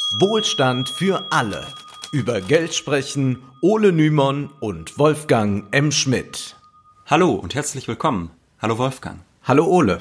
Wohlstand für alle. Über Geld sprechen Ole Nymon und Wolfgang M. Schmidt. Hallo und herzlich willkommen. Hallo Wolfgang. Hallo Ole.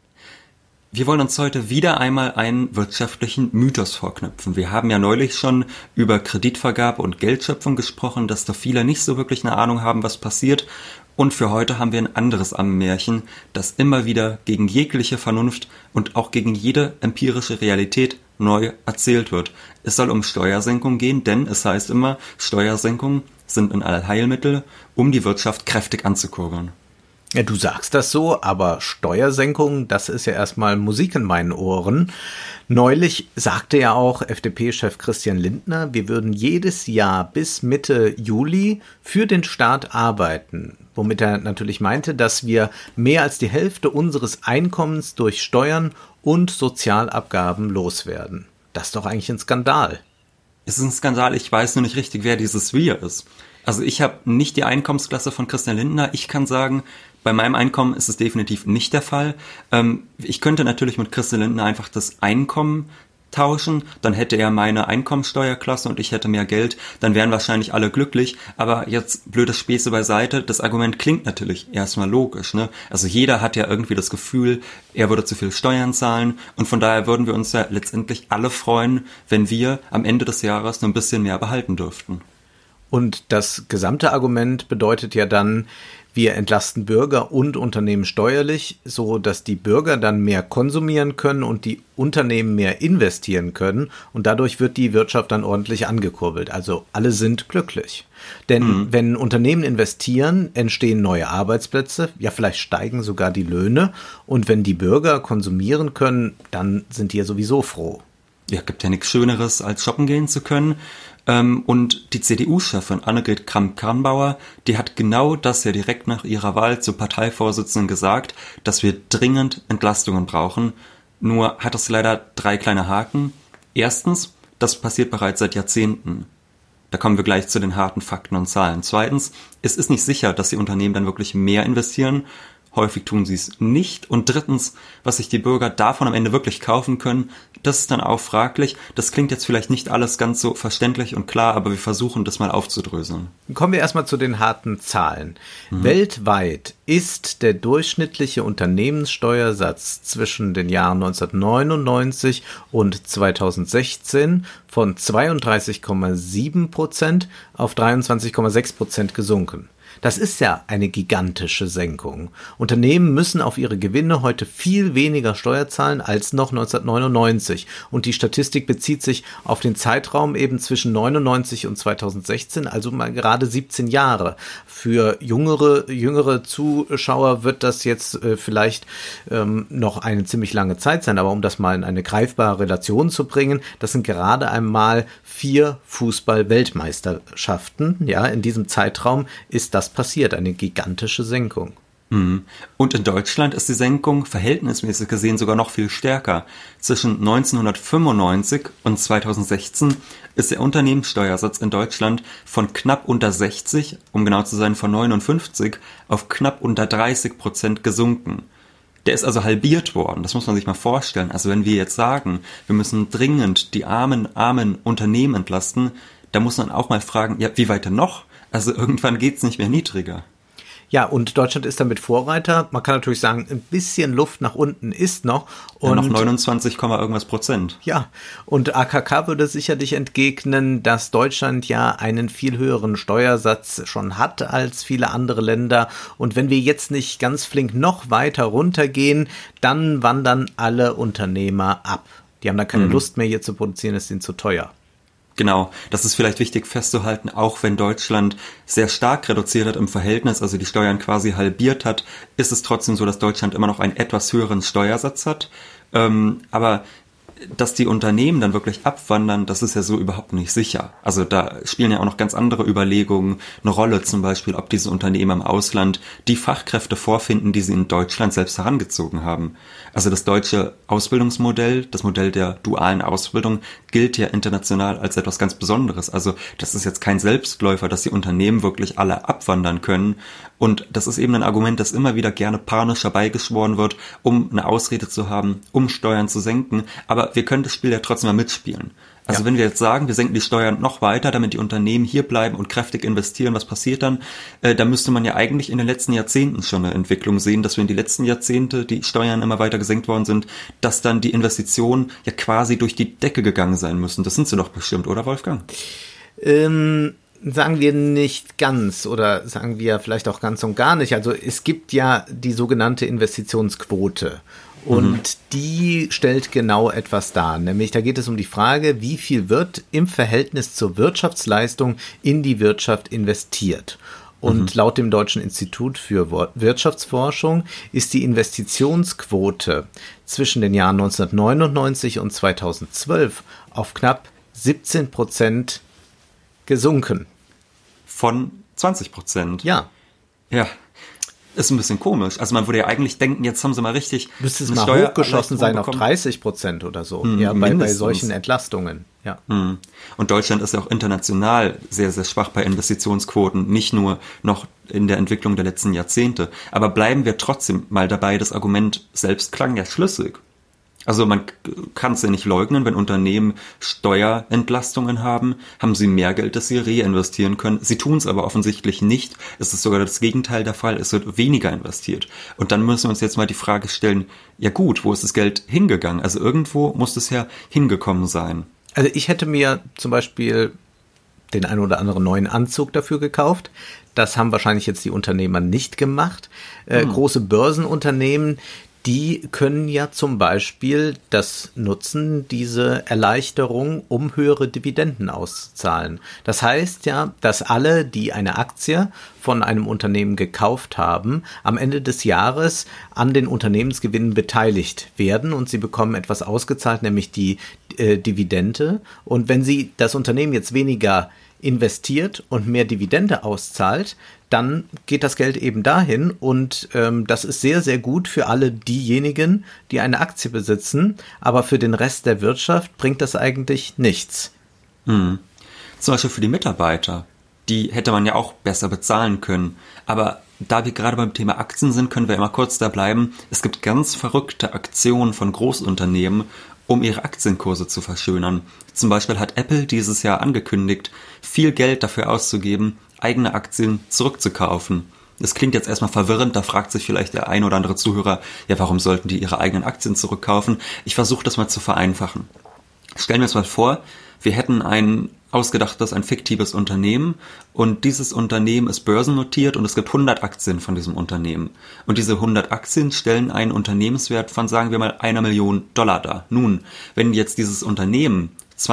Wir wollen uns heute wieder einmal einen wirtschaftlichen Mythos vorknüpfen. Wir haben ja neulich schon über Kreditvergabe und Geldschöpfung gesprochen, dass da viele nicht so wirklich eine Ahnung haben, was passiert. Und für heute haben wir ein anderes Ammärchen, das immer wieder gegen jegliche Vernunft und auch gegen jede empirische Realität neu erzählt wird. Es soll um Steuersenkung gehen, denn es heißt immer, Steuersenkungen sind ein Allheilmittel, um die Wirtschaft kräftig anzukurbeln. Ja, du sagst das so, aber Steuersenkung, das ist ja erstmal Musik in meinen Ohren. Neulich sagte ja auch FDP-Chef Christian Lindner, wir würden jedes Jahr bis Mitte Juli für den Staat arbeiten. Womit er natürlich meinte, dass wir mehr als die Hälfte unseres Einkommens durch Steuern und Sozialabgaben loswerden. Das ist doch eigentlich ein Skandal. Es ist ein Skandal, ich weiß nur nicht richtig, wer dieses Wir ist. Also ich habe nicht die Einkommensklasse von Christian Lindner. Ich kann sagen, bei meinem Einkommen ist es definitiv nicht der Fall. Ich könnte natürlich mit Christian Lindner einfach das Einkommen tauschen, dann hätte er meine Einkommensteuerklasse und ich hätte mehr Geld, dann wären wahrscheinlich alle glücklich, aber jetzt blödes Späße beiseite, das Argument klingt natürlich erstmal logisch, ne? Also jeder hat ja irgendwie das Gefühl, er würde zu viel Steuern zahlen und von daher würden wir uns ja letztendlich alle freuen, wenn wir am Ende des Jahres noch ein bisschen mehr behalten dürften. Und das gesamte Argument bedeutet ja dann, wir entlasten Bürger und Unternehmen steuerlich, so dass die Bürger dann mehr konsumieren können und die Unternehmen mehr investieren können und dadurch wird die Wirtschaft dann ordentlich angekurbelt. Also alle sind glücklich. Denn wenn Unternehmen investieren, entstehen neue Arbeitsplätze, ja vielleicht steigen sogar die Löhne und wenn die Bürger konsumieren können, dann sind die ja sowieso froh. Ja, gibt ja nichts Schöneres, als shoppen gehen zu können. Und die CDU-Chefin Annegret Kramp-Karrenbauer, die hat genau das ja direkt nach ihrer Wahl zur Parteivorsitzenden gesagt, dass wir dringend Entlastungen brauchen. Nur hat es leider 3 kleine Haken. Erstens, das passiert bereits seit Jahrzehnten. Da kommen wir gleich zu den harten Fakten und Zahlen. Zweitens, es ist nicht sicher, dass die Unternehmen dann wirklich mehr investieren. Häufig tun sie es nicht. Und drittens, was sich die Bürger davon am Ende wirklich kaufen können, das ist dann auch fraglich. Das klingt jetzt vielleicht nicht alles ganz so verständlich und klar, aber wir versuchen das mal aufzudröseln. Kommen wir erstmal zu den harten Zahlen. Weltweit ist der durchschnittliche Unternehmenssteuersatz zwischen den Jahren 1999 und 2016 von 32,7% auf 23,6% gesunken. Das ist ja eine gigantische Senkung. Unternehmen müssen auf ihre Gewinne heute viel weniger Steuer zahlen als noch 1999. Und die Statistik bezieht sich auf den Zeitraum eben zwischen 99 und 2016, also mal gerade 17 Jahre. Für jüngere Zuschauer wird das jetzt vielleicht noch eine ziemlich lange Zeit sein. Aber um das mal in eine greifbare Relation zu bringen, das sind gerade einmal 4 Fußball-Weltmeisterschaften. Ja, in diesem Zeitraum ist das passiert, eine gigantische Senkung. Und in Deutschland ist die Senkung verhältnismäßig gesehen sogar noch viel stärker. Zwischen 1995 und 2016 ist der Unternehmenssteuersatz in Deutschland von knapp unter 60, um genau zu sein von 59, auf knapp unter 30% gesunken. Der ist also halbiert worden, das muss man sich mal vorstellen. Also wenn wir jetzt sagen, wir müssen dringend die armen Unternehmen entlasten, da muss man auch mal fragen, ja, wie weit denn noch? Also irgendwann geht's nicht mehr niedriger. Ja, und Deutschland ist damit Vorreiter. Man kann natürlich sagen, ein bisschen Luft nach unten ist noch. Und ja, noch 29, irgendwas Prozent. Ja, und AKK würde sicherlich entgegnen, dass Deutschland ja einen viel höheren Steuersatz schon hat als viele andere Länder. Und wenn wir jetzt nicht ganz flink noch weiter runtergehen, dann wandern alle Unternehmer ab. Die haben da keine Lust mehr hier zu produzieren, es ist ihnen zu teuer. Genau, das ist vielleicht wichtig festzuhalten, auch wenn Deutschland sehr stark reduziert hat im Verhältnis, also die Steuern quasi halbiert hat, ist es trotzdem so, dass Deutschland immer noch einen etwas höheren Steuersatz hat. Aber dass die Unternehmen dann wirklich abwandern, das ist ja so überhaupt nicht sicher. Also da spielen ja auch noch ganz andere Überlegungen eine Rolle, zum Beispiel, ob diese Unternehmen im Ausland die Fachkräfte vorfinden, die sie in Deutschland selbst herangezogen haben. Also das deutsche Ausbildungsmodell, das Modell der dualen Ausbildung, gilt ja international als etwas ganz Besonderes. Also das ist jetzt kein Selbstläufer, dass die Unternehmen wirklich alle abwandern können. Und das ist eben ein Argument, das immer wieder gerne panisch herbeigeschworen wird, um eine Ausrede zu haben, um Steuern zu senken. Aber wir können das Spiel ja trotzdem mal mitspielen. Also wenn wir jetzt sagen, wir senken die Steuern noch weiter, damit die Unternehmen hier bleiben und kräftig investieren, was passiert dann? Da müsste man ja eigentlich in den letzten Jahrzehnten schon eine Entwicklung sehen, dass wir in die letzten Jahrzehnte die Steuern immer weiter gesenkt worden sind, dass dann die Investitionen ja quasi durch die Decke gegangen sein müssen. Das sind sie doch bestimmt, oder Wolfgang? Sagen wir nicht ganz oder sagen wir vielleicht auch ganz und gar nicht. Also es gibt ja die sogenannte Investitionsquote. Und die stellt genau etwas dar, nämlich da geht es um die Frage, wie viel wird im Verhältnis zur Wirtschaftsleistung in die Wirtschaft investiert. Und laut dem Deutschen Institut für Wirtschaftsforschung ist die Investitionsquote zwischen den Jahren 1999 und 2012 auf knapp 17% gesunken. Von 20%? Ja. Ja. Ist ein bisschen komisch. Also man würde ja eigentlich denken, jetzt haben sie mal richtig... Müsste es mal hochgeschossen sein auf 30% oder so. Ja, bei solchen Entlastungen. Ja. Und Deutschland ist ja auch international sehr, sehr schwach bei Investitionsquoten. Nicht nur noch in der Entwicklung der letzten Jahrzehnte. Aber bleiben wir trotzdem mal dabei, das Argument selbst klang ja schlüssig. Also man kann es ja nicht leugnen, wenn Unternehmen Steuerentlastungen haben sie mehr Geld, das sie reinvestieren können. Sie tun es aber offensichtlich nicht. Es ist sogar das Gegenteil der Fall. Es wird weniger investiert. Und dann müssen wir uns jetzt mal die Frage stellen, ja gut, wo ist das Geld hingegangen? Also irgendwo muss es ja hingekommen sein. Also ich hätte mir zum Beispiel den einen oder anderen neuen Anzug dafür gekauft. Das haben wahrscheinlich jetzt die Unternehmer nicht gemacht. Große Börsenunternehmen, die können ja zum Beispiel das nutzen, diese Erleichterung, um höhere Dividenden auszuzahlen. Das heißt ja, dass alle, die eine Aktie von einem Unternehmen gekauft haben, am Ende des Jahres an den Unternehmensgewinnen beteiligt werden und sie bekommen etwas ausgezahlt, nämlich die Dividende. Und wenn sie das Unternehmen jetzt weniger investiert und mehr Dividende auszahlt, dann geht das Geld eben dahin und das ist sehr, sehr gut für alle diejenigen, die eine Aktie besitzen, aber für den Rest der Wirtschaft bringt das eigentlich nichts. Zum Beispiel für die Mitarbeiter, die hätte man ja auch besser bezahlen können, aber da wir gerade beim Thema Aktien sind, können wir immer kurz da bleiben. Es gibt ganz verrückte Aktionen von Großunternehmen, um ihre Aktienkurse zu verschönern. Zum Beispiel hat Apple dieses Jahr angekündigt, viel Geld dafür auszugeben, eigene Aktien zurückzukaufen. Das klingt jetzt erstmal verwirrend, da fragt sich vielleicht der ein oder andere Zuhörer, ja, warum sollten die ihre eigenen Aktien zurückkaufen? Ich versuche das mal zu vereinfachen. Stellen wir uns mal vor, wir hätten ein fiktives Unternehmen und dieses Unternehmen ist börsennotiert und es gibt 100 Aktien von diesem Unternehmen. Und diese 100 Aktien stellen einen Unternehmenswert von, sagen wir mal, $1 Million dar. Nun, wenn jetzt dieses Unternehmen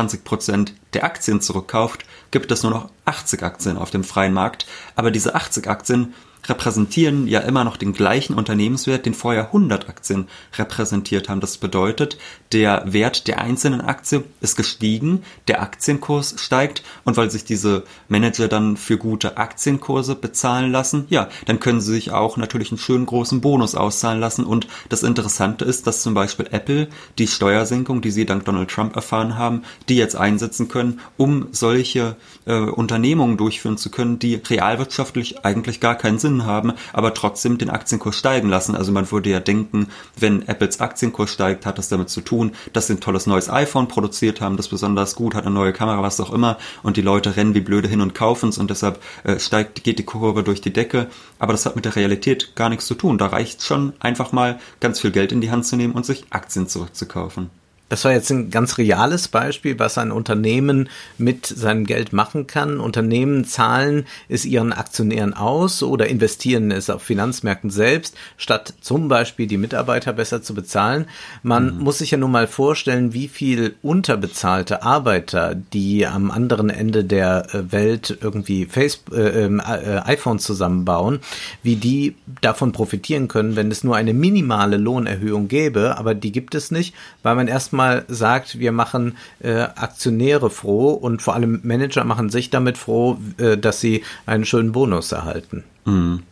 20% der Aktien zurückkauft, gibt es nur noch 80 Aktien auf dem freien Markt. Aber diese 80 Aktien repräsentieren ja immer noch den gleichen Unternehmenswert, den vorher 100 Aktien repräsentiert haben. Das bedeutet, der Wert der einzelnen Aktie ist gestiegen, der Aktienkurs steigt und weil sich diese Manager dann für gute Aktienkurse bezahlen lassen, ja, dann können sie sich auch natürlich einen schönen großen Bonus auszahlen lassen und das Interessante ist, dass zum Beispiel Apple die Steuersenkung, die sie dank Donald Trump erfahren haben, die jetzt einsetzen können, um solche Unternehmungen durchführen zu können, die realwirtschaftlich eigentlich gar keinen Sinn haben, aber trotzdem den Aktienkurs steigen lassen. Also man würde ja denken, wenn Apples Aktienkurs steigt, hat das damit zu tun, dass sie ein tolles neues iPhone produziert haben, das besonders gut hat, eine neue Kamera, was auch immer, und die Leute rennen wie blöde hin und kaufen es und deshalb geht die Kurve durch die Decke. Aber das hat mit der Realität gar nichts zu tun. Da reicht schon einfach mal ganz viel Geld in die Hand zu nehmen und sich Aktien zurückzukaufen. Das war jetzt ein ganz reales Beispiel, was ein Unternehmen mit seinem Geld machen kann. Unternehmen zahlen es ihren Aktionären aus oder investieren es auf Finanzmärkten selbst, statt zum Beispiel die Mitarbeiter besser zu bezahlen. Man muss sich ja nun mal vorstellen, wie viel unterbezahlte Arbeiter, die am anderen Ende der Welt irgendwie iPhones zusammenbauen, wie die davon profitieren können, wenn es nur eine minimale Lohnerhöhung gäbe, aber die gibt es nicht, weil man erstmal sagt, wir machen Aktionäre froh und vor allem Manager machen sich damit froh, dass sie einen schönen Bonus erhalten. Nun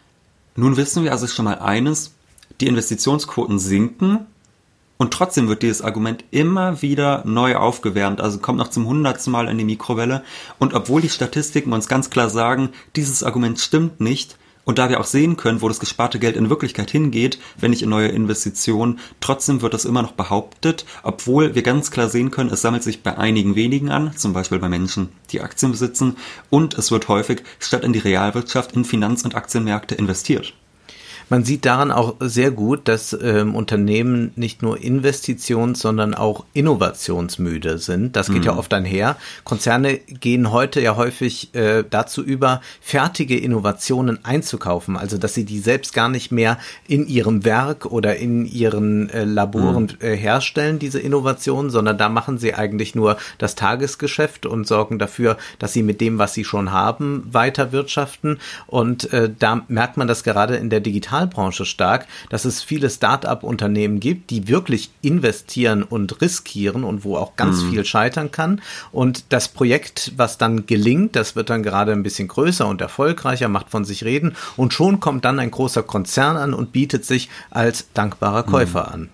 wissen wir also schon mal eines, die Investitionsquoten sinken und trotzdem wird dieses Argument immer wieder neu aufgewärmt, also kommt noch zum 100. Mal in die Mikrowelle und obwohl die Statistiken uns ganz klar sagen, dieses Argument stimmt nicht, Und da wir auch sehen können, wo das gesparte Geld in Wirklichkeit hingeht, wenn nicht in neue Investitionen, trotzdem wird das immer noch behauptet, obwohl wir ganz klar sehen können, es sammelt sich bei einigen wenigen an, zum Beispiel bei Menschen, die Aktien besitzen, und es wird häufig statt in die Realwirtschaft in Finanz- und Aktienmärkte investiert. Man sieht daran auch sehr gut, dass Unternehmen nicht nur investitions-, sondern auch innovationsmüde sind. Das geht ja oft einher. Konzerne gehen heute ja häufig dazu über, fertige Innovationen einzukaufen. Also, dass sie die selbst gar nicht mehr in ihrem Werk oder in ihren Laboren herstellen, diese Innovationen, sondern da machen sie eigentlich nur das Tagesgeschäft und sorgen dafür, dass sie mit dem, was sie schon haben, weiter wirtschaften. Und da merkt man das gerade in der Digitalbranche stark, dass es viele Start-up-Unternehmen gibt, die wirklich investieren und riskieren und wo auch ganz viel scheitern kann. Und das Projekt, was dann gelingt, das wird dann gerade ein bisschen größer und erfolgreicher, macht von sich reden und schon kommt dann ein großer Konzern an und bietet sich als dankbarer Käufer an.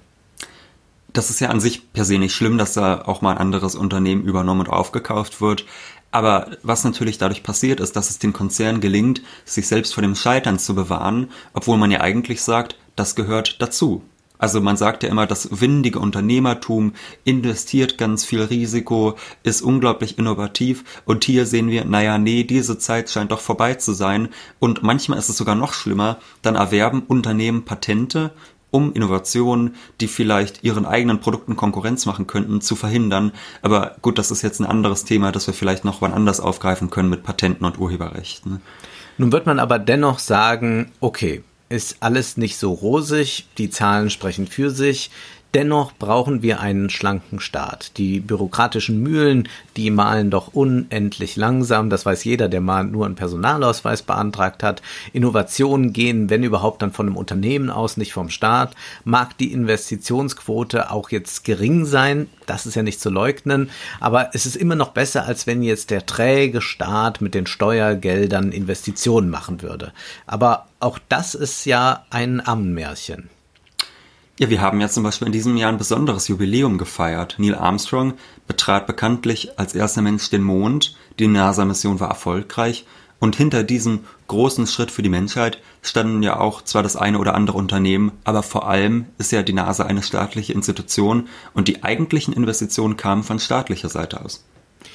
Das ist ja an sich per se nicht schlimm, dass da auch mal ein anderes Unternehmen übernommen und aufgekauft wird. Aber was natürlich dadurch passiert ist, dass es dem Konzern gelingt, sich selbst vor dem Scheitern zu bewahren, obwohl man ja eigentlich sagt, das gehört dazu. Also man sagt ja immer, das windige Unternehmertum investiert ganz viel Risiko, ist unglaublich innovativ und hier sehen wir, diese Zeit scheint doch vorbei zu sein und manchmal ist es sogar noch schlimmer, dann erwerben Unternehmen Patente, um Innovationen, die vielleicht ihren eigenen Produkten Konkurrenz machen könnten, zu verhindern. Aber gut, das ist jetzt ein anderes Thema, das wir vielleicht noch wann anders aufgreifen können mit Patenten und Urheberrechten. Nun wird man aber dennoch sagen, okay, ist alles nicht so rosig, die Zahlen sprechen für sich. Dennoch brauchen wir einen schlanken Staat. Die bürokratischen Mühlen, die mahlen doch unendlich langsam. Das weiß jeder, der mal nur einen Personalausweis beantragt hat. Innovationen gehen, wenn überhaupt, dann von einem Unternehmen aus, nicht vom Staat. Mag die Investitionsquote auch jetzt gering sein, das ist ja nicht zu leugnen. Aber es ist immer noch besser, als wenn jetzt der träge Staat mit den Steuergeldern Investitionen machen würde. Aber auch das ist ja ein Ammenmärchen. Ja, wir haben ja zum Beispiel in diesem Jahr ein besonderes Jubiläum gefeiert. Neil Armstrong betrat bekanntlich als erster Mensch den Mond, die NASA-Mission war erfolgreich und hinter diesem großen Schritt für die Menschheit standen ja auch zwar das eine oder andere Unternehmen, aber vor allem ist ja die NASA eine staatliche Institution und die eigentlichen Investitionen kamen von staatlicher Seite aus.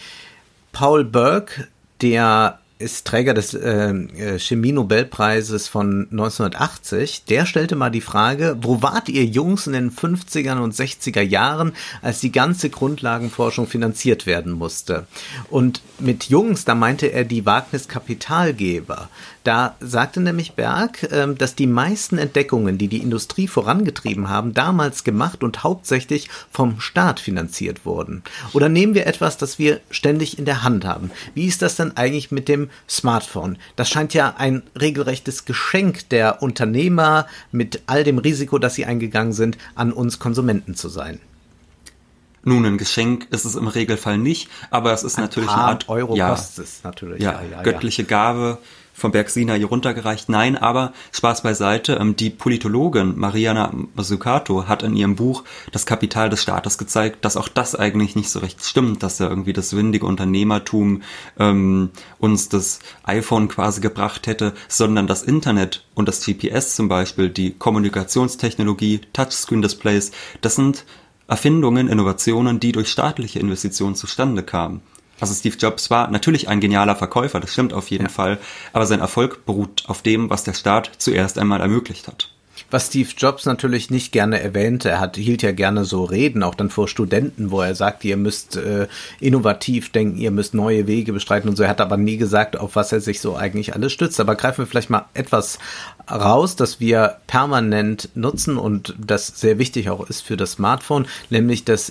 Paul Burke, der ist Träger des Chemie-Nobelpreises von 1980. Der stellte mal die Frage, wo wart ihr Jungs in den 50er und 60er Jahren, als die ganze Grundlagenforschung finanziert werden musste? Und mit Jungs, da meinte er die Wagniskapitalgeber. Da sagte nämlich Berg, dass die meisten Entdeckungen, die die Industrie vorangetrieben haben, damals gemacht und hauptsächlich vom Staat finanziert wurden. Oder nehmen wir etwas, das wir ständig in der Hand haben. Wie ist das denn eigentlich mit dem Smartphone? Das scheint ja ein regelrechtes Geschenk der Unternehmer mit all dem Risiko, das sie eingegangen sind, an uns Konsumenten zu sein. Nun, ein Geschenk ist es im Regelfall nicht, aber es ist natürlich eine Art Euro kostet es natürlich. Göttliche Gabe vom Berg Sinai runtergereicht. Nein, aber Spaß beiseite. Die Politologin Mariana Mazzucato hat in ihrem Buch Das Kapital des Staates gezeigt, dass auch das eigentlich nicht so recht stimmt, dass da irgendwie das windige Unternehmertum uns das iPhone quasi gebracht hätte, sondern das Internet und das GPS zum Beispiel, die Kommunikationstechnologie, Touchscreen-Displays, das sind Erfindungen, Innovationen, die durch staatliche Investitionen zustande kamen. Also Steve Jobs war natürlich ein genialer Verkäufer, das stimmt auf jeden Fall, aber sein Erfolg beruht auf dem, was der Staat zuerst einmal ermöglicht hat. Was Steve Jobs natürlich nicht gerne erwähnte, er hielt ja gerne so Reden, auch dann vor Studenten, wo er sagte, ihr müsst innovativ denken, ihr müsst neue Wege bestreiten und so. Er hat aber nie gesagt, auf was er sich so eigentlich alles stützt. Aber greifen wir vielleicht mal etwas raus, das wir permanent nutzen und das sehr wichtig auch ist für das Smartphone, nämlich das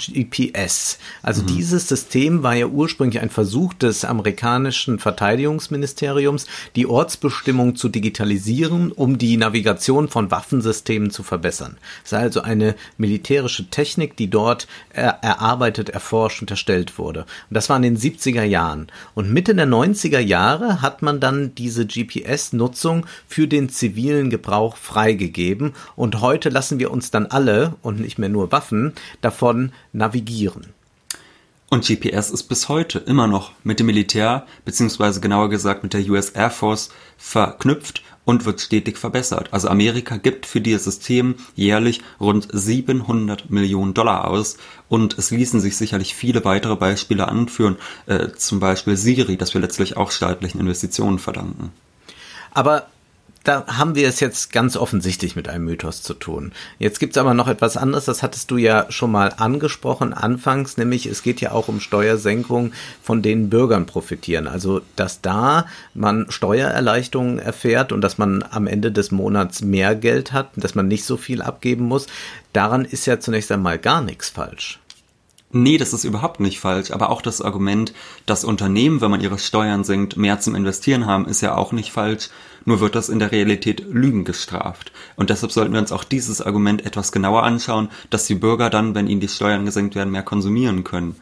GPS. Also dieses System war ja ursprünglich ein Versuch des amerikanischen Verteidigungsministeriums, die Ortsbestimmung zu digitalisieren, um die Navigation von Waffensystemen zu verbessern. Es ist also eine militärische Technik, die dort erarbeitet, erforscht und erstellt wurde. Und das war in den 70er Jahren. Und Mitte der 90er Jahre hat man dann diese GPS-Nutzung für den zivilen Gebrauch freigegeben. Und heute lassen wir uns dann alle, und nicht mehr nur Waffen, davon navigieren. Und GPS ist bis heute immer noch mit dem Militär, beziehungsweise genauer gesagt mit der US Air Force verknüpft und wird stetig verbessert. Also Amerika gibt für dieses System jährlich rund 700 Millionen Dollar aus und es ließen sich sicherlich viele weitere Beispiele anführen, zum Beispiel Siri, das wir letztlich auch staatlichen Investitionen verdanken. Aber da haben wir es jetzt ganz offensichtlich mit einem Mythos zu tun. Jetzt gibt's aber noch etwas anderes, das hattest du ja schon mal angesprochen anfangs, nämlich es geht ja auch um Steuersenkungen, von denen Bürgern profitieren. Also, dass da man Steuererleichterungen erfährt und dass man am Ende des Monats mehr Geld hat, dass man nicht so viel abgeben muss, daran ist ja zunächst einmal gar nichts falsch. Nee, das ist überhaupt nicht falsch, aber auch das Argument, dass Unternehmen, wenn man ihre Steuern senkt, mehr zum Investieren haben, ist ja auch nicht falsch, nur wird das in der Realität Lügen gestraft. Und deshalb sollten wir uns auch dieses Argument etwas genauer anschauen, dass die Bürger dann, wenn ihnen die Steuern gesenkt werden, mehr konsumieren können.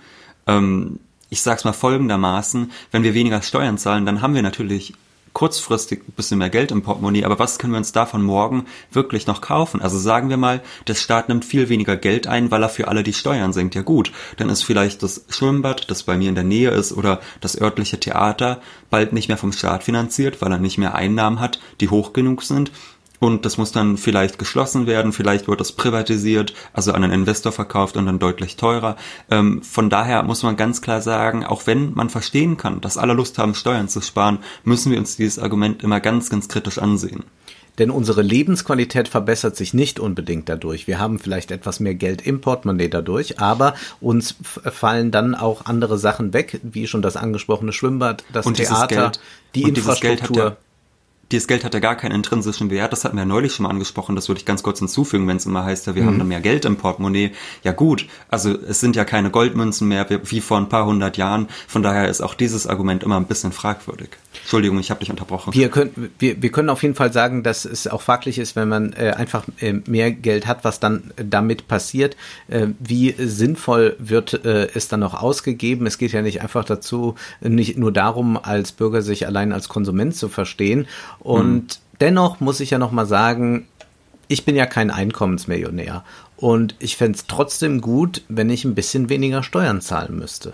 Ich sag's mal folgendermaßen, wenn wir weniger Steuern zahlen, dann haben wir natürlich kurzfristig ein bisschen mehr Geld im Portemonnaie, aber was können wir uns davon morgen wirklich noch kaufen? Also sagen wir mal, der Staat nimmt viel weniger Geld ein, weil er für alle die Steuern senkt. Ja gut, dann ist vielleicht das Schwimmbad, das bei mir in der Nähe ist, oder das örtliche Theater bald nicht mehr vom Staat finanziert, weil er nicht mehr Einnahmen hat, die hoch genug sind. Und das muss dann vielleicht geschlossen werden, vielleicht wird das privatisiert, also an einen Investor verkauft und dann deutlich teurer. Von daher muss man ganz klar sagen, auch wenn man verstehen kann, dass alle Lust haben, Steuern zu sparen, müssen wir uns dieses Argument immer ganz, ganz kritisch ansehen. Denn unsere Lebensqualität verbessert sich nicht unbedingt dadurch. Wir haben vielleicht etwas mehr Geld im Portemonnaie dadurch, aber uns fallen dann auch andere Sachen weg, wie schon das angesprochene Schwimmbad, das und Theater, die Infrastruktur. Dieses Geld hat ja gar keinen intrinsischen Wert, das hatten wir ja neulich schon mal angesprochen, das würde ich ganz kurz hinzufügen, wenn es immer heißt, ja, wir haben da mehr Geld im Portemonnaie. Ja gut, also es sind ja keine Goldmünzen mehr wie vor ein paar hundert Jahren, von daher ist auch dieses Argument immer ein bisschen fragwürdig. Entschuldigung, ich habe dich unterbrochen. Wir können auf jeden Fall sagen, dass es auch fraglich ist, wenn man einfach mehr Geld hat, was dann damit passiert. Wie sinnvoll wird es dann noch ausgegeben? Es geht ja nicht einfach dazu, nicht nur darum, als Bürger sich allein als Konsument zu verstehen. Und dennoch muss ich ja noch mal sagen, ich bin ja kein Einkommensmillionär. Und ich fände es trotzdem gut, wenn ich ein bisschen weniger Steuern zahlen müsste.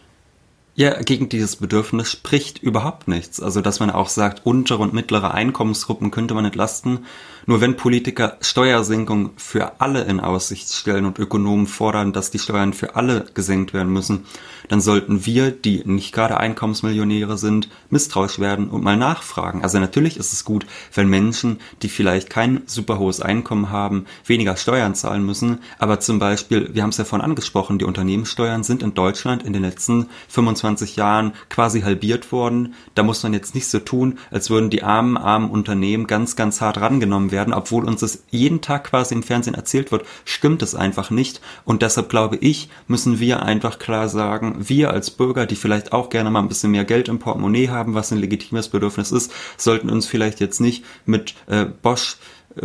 Ja, gegen dieses Bedürfnis spricht überhaupt nichts. Also, dass man auch sagt, untere und mittlere Einkommensgruppen könnte man entlasten. Nur wenn Politiker Steuersenkungen für alle in Aussicht stellen und Ökonomen fordern, dass die Steuern für alle gesenkt werden müssen, dann sollten wir, die nicht gerade Einkommensmillionäre sind, misstrauisch werden und mal nachfragen. Also natürlich ist es gut, wenn Menschen, die vielleicht kein super hohes Einkommen haben, weniger Steuern zahlen müssen. Aber zum Beispiel, wir haben es ja vorhin angesprochen, die Unternehmenssteuern sind in Deutschland in den letzten 25 Jahren quasi halbiert worden. Da muss man jetzt nicht so tun, als würden die armen Unternehmen ganz, ganz hart rangenommen werden, obwohl uns das jeden Tag quasi im Fernsehen erzählt wird, stimmt es einfach nicht. Und deshalb glaube ich, müssen wir einfach klar sagen, wir als Bürger, die vielleicht auch gerne mal ein bisschen mehr Geld im Portemonnaie haben, was ein legitimes Bedürfnis ist, sollten uns vielleicht jetzt nicht mit Bosch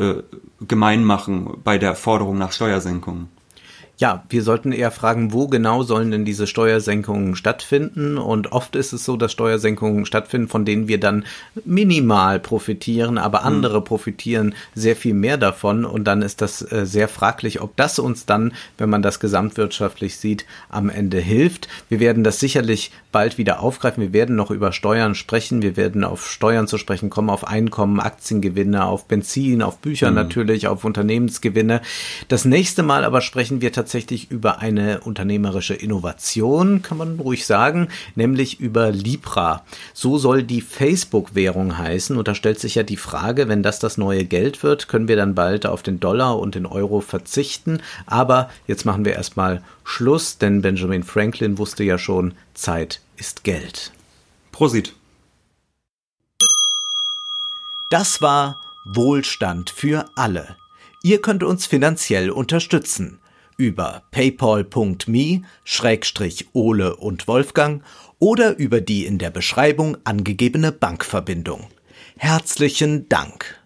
gemein machen bei der Forderung nach Steuersenkungen. Ja, wir sollten eher fragen, wo genau sollen denn diese Steuersenkungen stattfinden? Und oft ist es so, dass Steuersenkungen stattfinden, von denen wir dann minimal profitieren, aber andere profitieren sehr viel mehr davon. Und dann ist das sehr fraglich, ob das uns dann, wenn man das gesamtwirtschaftlich sieht, am Ende hilft. Wir werden das sicherlich bald wieder aufgreifen. Wir werden noch über Steuern sprechen. Wir werden auf Steuern zu sprechen kommen, auf Einkommen, Aktiengewinne, auf Benzin, auf Bücher natürlich, auf Unternehmensgewinne. Das nächste Mal aber sprechen wir tatsächlich über eine unternehmerische Innovation, kann man ruhig sagen, nämlich über Libra. So soll die Facebook-Währung heißen. Und da stellt sich ja die Frage, wenn das neue Geld wird, können wir dann bald auf den Dollar und den Euro verzichten. Aber jetzt machen wir erstmal Schluss, denn Benjamin Franklin wusste ja schon, Zeit ist Geld. Prosit. Das war Wohlstand für alle. Ihr könnt uns finanziell unterstützen. Über paypal.me/Ole und Wolfgang oder über die in der Beschreibung angegebene Bankverbindung. Herzlichen Dank!